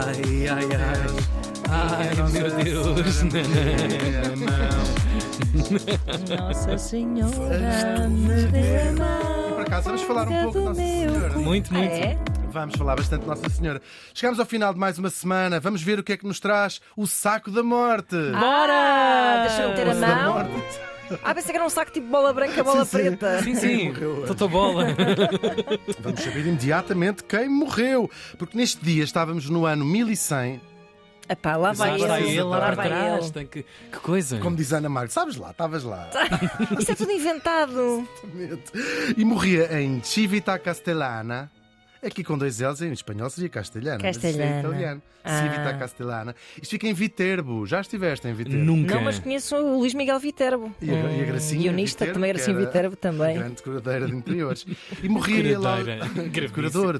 Ai, ai, ai. Ai, meu Deus. Nossa Senhora me dê a mão. Por acaso, vamos falar um pouco de Nossa Senhora. Muito, muito. É? Vamos falar bastante de Nossa Senhora. Chegamos ao final de mais uma semana. Vamos ver o que é que nos traz o saco da morte. Bora! Deixa-me ter a O saco da mão. morte. Pensei que era um saco tipo bola branca, bola Sim, sim. preta. Sim, sim. morreu. Totobola. Vamos saber imediatamente quem morreu. Porque neste dia estávamos no ano 1100. Epá, lá vai Lá está ele. ele, lá para vai trás. ele. Tem que coisa. Como diz a Ana Marques, sabes lá, estavas lá. Isto é tudo inventado. E morria em Civita Castellana. Aqui com dois L's, em espanhol seria castelhana. Mas isto é Castelhana. italiano. Civita Castellana. Isto fica em Viterbo. Já estiveste em Viterbo? Nunca. Não, mas conheço o Luís Miguel Viterbo. E a Gracinha Guionista, Viterbo, também era assim que era Viterbo a também. grande decoradeira de interiores. E morria ele Decoradora. Decoradora.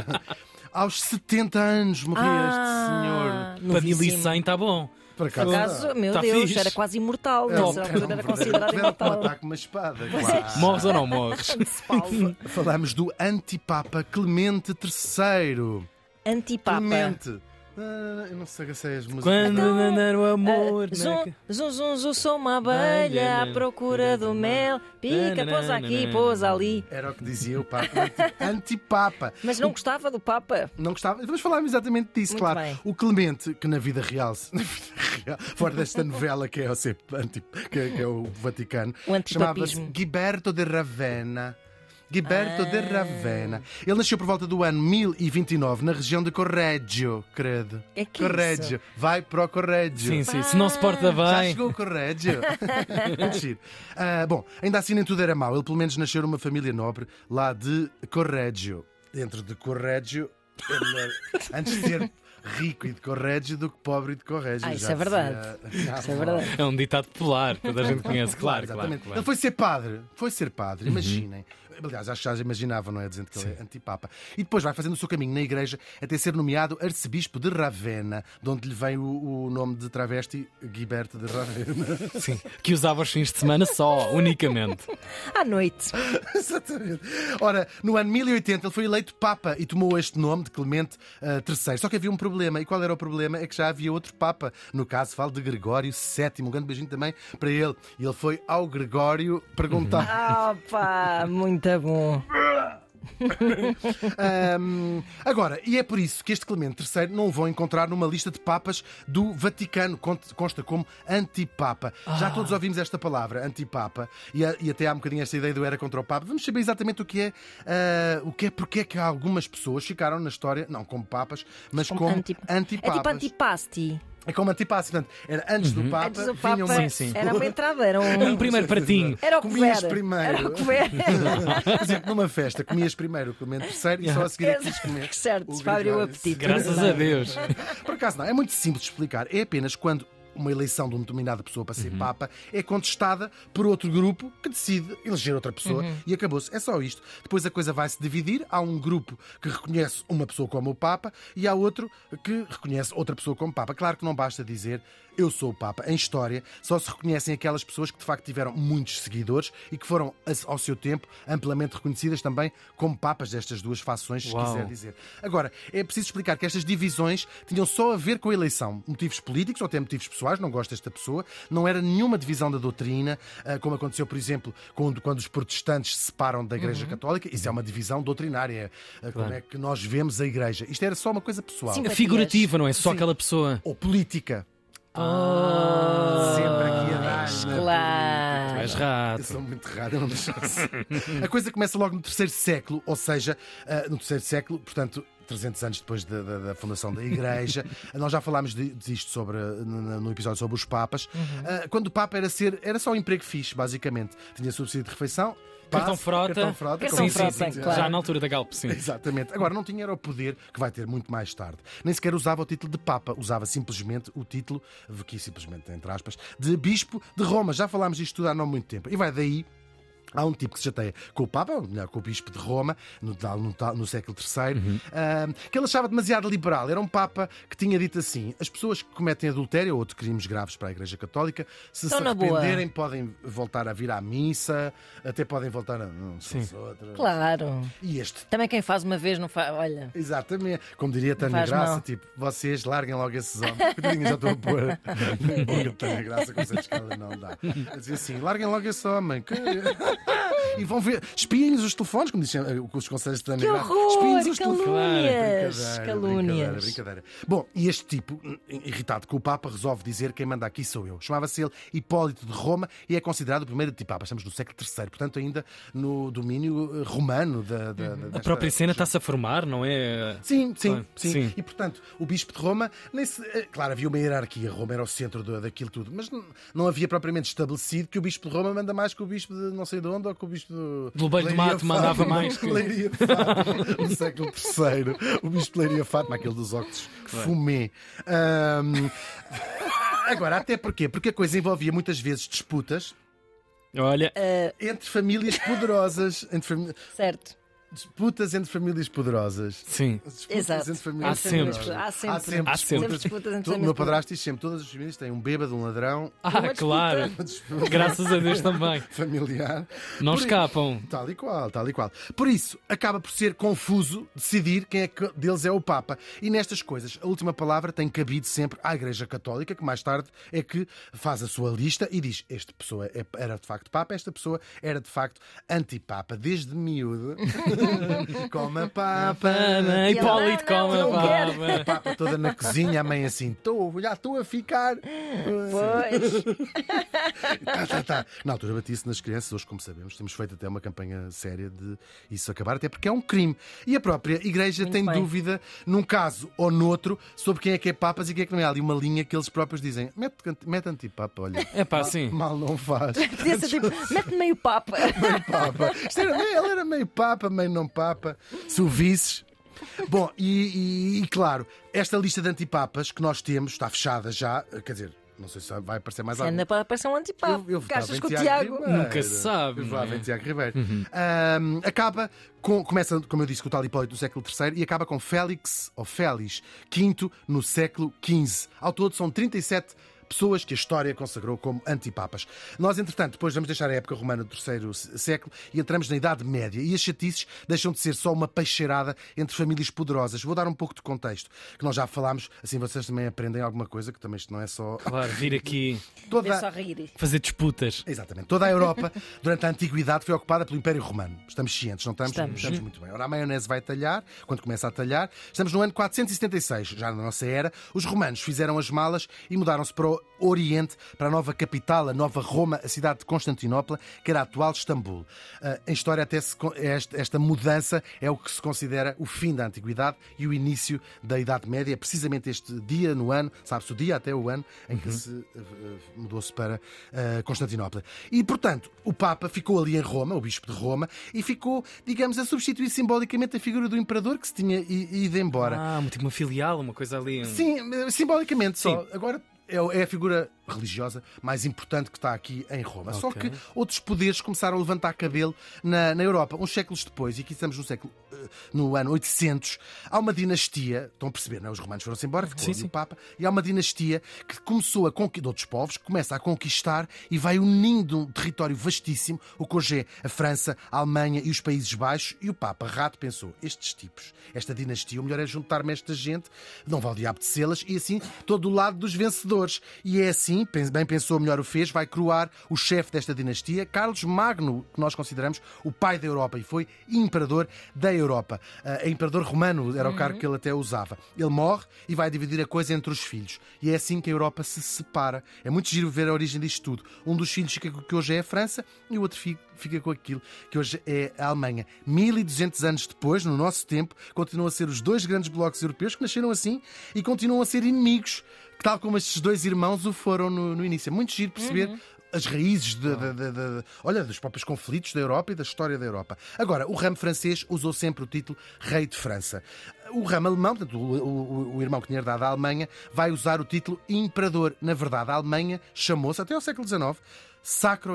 Aos 70 anos morria este senhor. Para novíssimo. 1100 está bom. Por Por acaso, meu Tá Deus, fixe. era quase imortal. Era Nessa altura era considerado Tiveram que imortal. matar com uma espada. é. Claro. Morres ou não morres? Spalva. Falamos do antipapa Clemente III. Antipapa. Clemente. Eu não sei as músicas. Quando andar o amor. Zum, zum, zum, zum, sou uma abelha à procura do mel. Pica, pousa aqui, pousa ali. Era o que dizia o Papa. Antipapa. Mas não gostava do Papa. Não gostava. Vamos falar exatamente disso, Muito claro. bem. O Clemente, que na vida real, fora desta novela que é que é o Vaticano, O antipapismo. chamava-se Ghiberto de Ravenna. Ghiberto de Ravenna. Ele nasceu por volta do ano 1029 na região de Correggio, credo. É que Correggio. Vai para o Correggio. Sim, sim. Se não se porta Já bem. chegou o Correggio. Muito giro. Bom, ainda assim nem tudo era mau. Ele pelo menos nasceu numa família nobre lá de Correggio. Dentro de Correggio, ele era, antes de ser rico e de Correggio do que pobre e de Correggio. Isso Já é verdade. dizia a Isso é avó. verdade. É um ditado popular. Toda a gente conhece. Claro, claro. Exatamente. claro. Ele foi ser padre. Foi ser padre, imaginem. Aliás, acho que já imaginavam, não é? Dizendo que ele é antipapa. E depois vai fazendo o seu caminho na igreja até ser nomeado arcebispo de Ravenna, de onde lhe vem o nome de travesti Ghiberto de Ravenna. Sim. Que usava aos fins de semana só, unicamente. À noite. Exatamente. Ora, no ano 1080 ele foi eleito Papa e tomou este nome de Clemente III. Só que havia um problema. E qual era o problema? É que já havia outro Papa. No caso, falo de Gregório VII. Um grande beijinho também para ele. E ele foi ao Gregório perguntar. Pá, muito bom. Agora, e é por isso que este Clemente III não o vão encontrar numa lista de papas do Vaticano. Consta como antipapa. Já todos ouvimos esta palavra, antipapa, e até há um bocadinho esta ideia do era contra o Papa. Vamos saber exatamente porque é que algumas pessoas ficaram na história, não como papas, mas como É tipo antipapas. antipasti. É como antipapas. Portanto, era antes do Papa, Antes do Papa vinham uma... sim. era uma entrada, era um Primeiro pratinho. Era o Comias cover. primeiro. Era o cover. Por exemplo, numa festa, comias primeiro o Clemente III e só a seguir é que quis comer. Certo, para abrir o Gregório. apetite. Graças a Deus. Por acaso não, é muito simples de explicar. É apenas quando uma eleição de uma determinada pessoa para ser Papa é contestada por outro grupo que decide eleger outra pessoa e acabou-se. É só isto. Depois a coisa vai se dividir. Há um grupo que reconhece uma pessoa como o Papa e há outro que reconhece outra pessoa como Papa. Claro que não basta dizer eu sou o Papa. Em história só se reconhecem aquelas pessoas que de facto tiveram muitos seguidores e que foram ao seu tempo amplamente reconhecidas também como Papas destas duas fações, se Uau. quiser dizer. Agora, é preciso explicar que estas divisões tinham só a ver com a eleição. Motivos políticos ou até motivos pessoais, não gosto desta pessoa. Não era nenhuma divisão da doutrina, como aconteceu, por exemplo, quando os protestantes se separam da Igreja Católica. Isso é uma divisão doutrinária. Como é que nós vemos a Igreja. Isto era só uma coisa pessoal. Sim. É figurativa, não é? Só Sim. aquela pessoa. Ou política. Oh, Sempre aqui a dar. claro. És Eu rato. sou muito raro, eu não deixo assim. A coisa começa logo no terceiro século, ou seja, no terceiro século, portanto, 300 anos depois da fundação da Igreja. Nós já falámos disto no episódio sobre os Papas. Quando o Papa era só um emprego fixe, basicamente. Tinha subsídio de refeição. Cartão frota. Cartão frota. Cartão como frota, se diz. claro. Já na altura da Galp, sim. Exatamente. Agora, não tinha era o poder, que vai ter muito mais tarde. Nem sequer usava o título de Papa, usava simplesmente o título, aqui simplesmente entre aspas, de Bispo de Roma. Já falámos disto tudo há não muito tempo. E vai daí Há um tipo que se chateia com o Papa, ou melhor, com o Bispo de Roma, no século III, que ele achava demasiado liberal. Era um Papa que tinha dito assim: as pessoas que cometem adultério ou outros crimes graves para a Igreja Católica, se Estão se na boa. arrependerem, podem voltar a vir à missa, até podem voltar a outras. Claro. E este. Também quem faz uma vez não faz. Olha. Exatamente, como diria Tânia faz Graça, mal. tipo, vocês larguem logo esses homens. Coitadinha, já estou a pôr na boca de Tânia Graça, conselhos que ela não dá. A dizer assim: larguem logo esse homem. E vão ver, espiem-lhes os telefones, como dizem os conselhos de Tânia Que Graça. horror! Espiem-lhes os telefones. Calúnias! Calúnias. Brincadeira. Bom, e este tipo, irritado com o Papa, resolve dizer: quem manda aqui sou eu. Chamava-se ele Hipólito de Roma e é considerado o primeiro antipapa. Estamos no século III, portanto, ainda no domínio romano A própria cena está-se a formar, não é? Sim. Sim. E portanto, o Bispo de Roma, claro, havia uma hierarquia, Roma era o centro daquilo tudo, mas não havia propriamente estabelecido que o Bispo de Roma manda mais que o Bispo de não sei de onde, ou que o Bispo Do Leiro de Mato mandava mais que... Leiria de Fátima, no século III, o Bispo de Leiria de Fátima, aquele dos óculos fumê. Agora, até porquê? Porque a coisa envolvia muitas vezes disputas Olha, entre famílias poderosas, Certo. disputas entre famílias poderosas. sim. Disputas Exato. entre famílias Há sempre. poderosas. Há sempre. Há sempre Há sempre. disputas. disputas entre O meu famílias padrasto diz sempre: todas as famílias têm um bêbado, um ladrão, Ah, claro. uma disputa Graças a Deus também. familiar. Não Por- escapam. Tal e qual, tal e qual. Por isso, acaba por ser confuso decidir quem é que deles é o Papa. E nestas coisas, a última palavra tem cabido sempre à Igreja Católica, que mais tarde é que faz a sua lista e diz: esta pessoa era de facto Papa, esta pessoa era de facto antipapa. Desde miúdo, como a Papa. Ana, Hipólito Não, com não a quero. baba. A Papa toda na cozinha, a mãe assim: já estou a ficar. Pois. Tá. Na altura batia-se nas crianças, hoje, como sabemos, temos feito até uma campanha séria de isso acabar, até porque é um crime. E a própria Igreja Muito tem bem. dúvida, num caso ou noutro, sobre quem é que é Papas e quem é que não é. Há ali uma linha que eles próprios dizem: mete antipapa, olha. É pá, sim. Mal não faz. Podia ser tipo, mete meio papa. Papa. Ele era meio Papa, meio não Papa. Se o visses. Bom, e claro, esta lista de antipapas que nós temos está fechada já, quer dizer, não sei se vai aparecer mais algum. Anda para parecer um antipapa. Eu Que achas votava que o em Tiago. Ribeiro. Nunca se sabe, Eu não votava é? em Tiago Ribeiro. Começa, como eu disse, com o tal Hipólito no século III e acaba com Félix V no século XV. Ao todo são 37 pessoas que a história consagrou como antipapas. Nós, entretanto, depois vamos deixar a época romana do terceiro século e entramos na Idade Média. E as chatices deixam de ser só uma peixeirada entre famílias poderosas. Vou dar um pouco de contexto, que nós já falámos, assim vocês também aprendem alguma coisa, que também isto não é só... Claro, vir aqui Vê só rir. fazer disputas. Exatamente. Toda a Europa, durante a Antiguidade, foi ocupada pelo Império Romano. Estamos cientes, não estamos? Estamos. Muito bem. Ora, a maionese vai talhar, quando começa a talhar. Estamos no ano 476, já na nossa era. Os romanos fizeram as malas e mudaram-se para o Oriente, para a nova capital, a nova Roma, a cidade de Constantinopla, que era a atual Istambul. Em história, até esta mudança é o que se considera o fim da Antiguidade e o início da Idade Média. É precisamente este dia no ano, sabe-se o dia até o ano, em que se mudou-se para Constantinopla. E, portanto, o Papa ficou ali em Roma, o Bispo de Roma, e ficou, digamos, a substituir simbolicamente a figura do Imperador que se tinha ido embora. Tipo uma filial, uma coisa ali. Sim, simbolicamente só. Sim. Agora é a figura religiosa mais importante que está aqui em Roma. Só Ok. que outros poderes começaram a levantar cabelo na Europa. Uns séculos depois, e aqui estamos no ano 800, há uma dinastia, estão a perceber, não é? Os romanos foram-se embora, ficou Sim, ali sim. o Papa, e há uma dinastia que começou a conquistar, de outros povos, que começa a conquistar e vai unindo um território vastíssimo, o que hoje é a França, a Alemanha e os Países Baixos, e o Papa Rato pensou: estes tipos, esta dinastia, o melhor é juntar-me a esta gente, não vale apetecê-las, e assim todo o lado dos vencedores. E é assim, bem pensou, melhor o fez, vai coroar o chefe desta dinastia, Carlos Magno, que nós consideramos o pai da Europa, e foi imperador da Europa. Imperador romano era o cargo que ele até usava. Ele morre e vai dividir a coisa entre os filhos. E é assim que a Europa se separa. É muito giro ver a origem disto tudo. Um dos filhos fica com o que hoje é a França e o outro fica com aquilo que hoje é a Alemanha. 1200 anos depois, no nosso tempo, continuam a ser os dois grandes blocos europeus que nasceram assim e continuam a ser inimigos, tal como estes dois irmãos o foram no início. É muito giro perceber as raízes dos próprios conflitos da Europa e da história da Europa. Agora, o ramo francês usou sempre o título Rei de França. O ramo alemão, portanto, o irmão que tinha herdado a Alemanha, vai usar o título Imperador. Na verdade, a Alemanha chamou-se, até ao século XIX, Sacro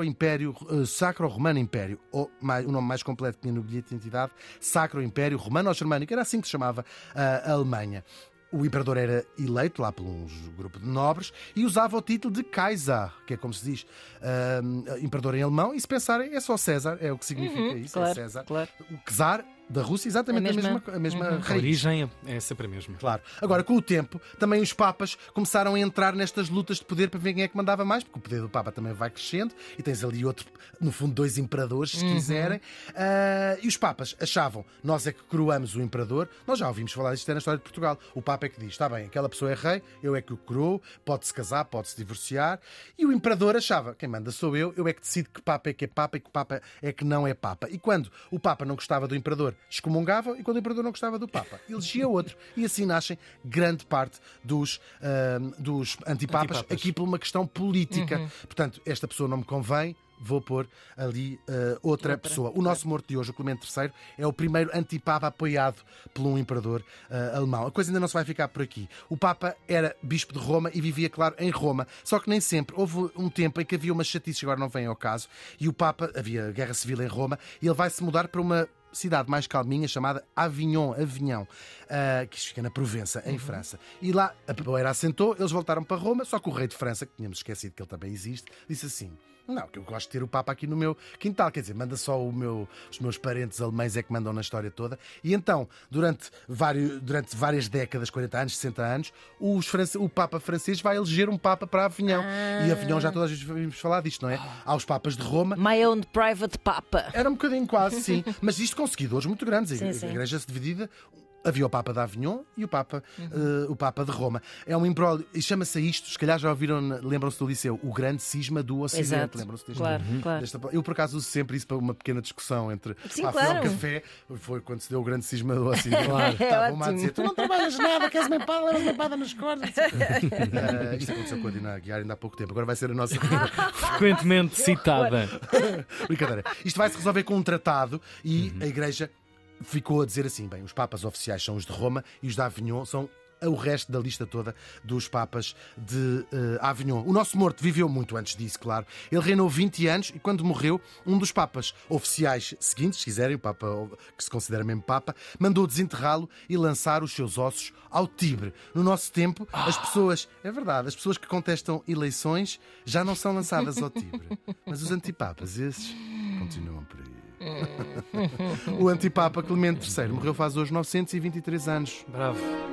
Romano Império, ou o nome mais completo que tinha no bilhete de identidade, Sacro Império Romano-Germânico, era assim que se chamava a Alemanha. O imperador era eleito lá por um grupo de nobres e usava o título de Kaiser, que é como se diz imperador em alemão, e se pensarem, é só César, é o que significa isso, claro, é César. claro. O czar da Rússia, exatamente a mesma A raiz. origem é sempre a mesma. Claro. Agora, com o tempo, também os papas começaram a entrar nestas lutas de poder para ver quem é que mandava mais, porque o poder do papa também vai crescendo e tens ali outro, no fundo, 2 imperadores, se quiserem. E os papas achavam, nós é que coroamos o imperador. Nós já ouvimos falar disto na história de Portugal. O papa é que diz, está bem, aquela pessoa é rei, eu é que o coroo, pode-se casar, pode-se divorciar. E o imperador achava, quem manda sou eu é que decido que papa é que papa é que não é papa. E quando o papa não gostava do imperador, excomungava, e quando o imperador não gostava do papa, elegia outro. E assim nascem grande parte dos antipapas, aqui por uma questão política. Portanto, esta pessoa não me convém, vou pôr ali outra pessoa. O nosso morto de hoje, o Clemente III, é o primeiro antipapa apoiado por um imperador alemão. A coisa ainda não se vai ficar por aqui. O Papa era bispo de Roma e vivia, claro, em Roma. Só que nem sempre. Houve um tempo em que havia uma chatice, agora não vem ao caso, e o Papa, havia guerra civil em Roma, e ele vai se mudar para uma cidade mais calminha chamada Avignon, que fica na Provença, em França. E lá a poeira assentou, eles voltaram para Roma, só que o rei de França, que tínhamos esquecido que ele também existe, disse assim: não, que eu gosto de ter o Papa aqui no meu quintal, quer dizer, manda só os meus parentes alemães é que mandam na história toda. E então, durante várias décadas, 40 anos, 60 anos, o Papa francês vai eleger um Papa para Avignon. E Avignon, já todas as vezes vimos falar disto, não é? Há os Papas de Roma. My own private Papa. Era um bocadinho quase, sim. Mas isto com seguidores muito grandes. Sim. A igreja se dividida. Havia o Papa de Avignon e o Papa de Roma. É um imbróglio, e chama-se isto, se calhar já ouviram, lembram-se do Liceu, o grande cisma do Ocidente. Exato. Lembram-se deste? Claro. Eu, por acaso, uso sempre isso para uma pequena discussão entre claro. o café, foi quando se deu o grande cisma do Ocidente. Claro. Estavam a dizer: tu não trabalhas nada, queres uma empada, levas uma empada nas cordas. Isto aconteceu com a Dina Aguiar ainda há pouco tempo. Agora vai ser a nossa. Frequentemente citada. Brincadeira. Isto vai se resolver com um tratado e a Igreja ficou a dizer assim: bem, os papas oficiais são os de Roma e os de Avignon são o resto da lista toda dos papas de Avignon. O nosso morto viveu muito antes disso, claro. Ele reinou 20 anos e quando morreu, um dos papas oficiais seguintes, se quiserem, o papa que se considera mesmo papa, mandou desenterrá-lo e lançar os seus ossos ao Tibre. No nosso tempo, as pessoas, é verdade, as pessoas que contestam eleições já não são lançadas ao Tibre. Mas os antipapas, esses, continuam por aí. O antipapa Clemente III morreu faz hoje 923 anos. Bravo.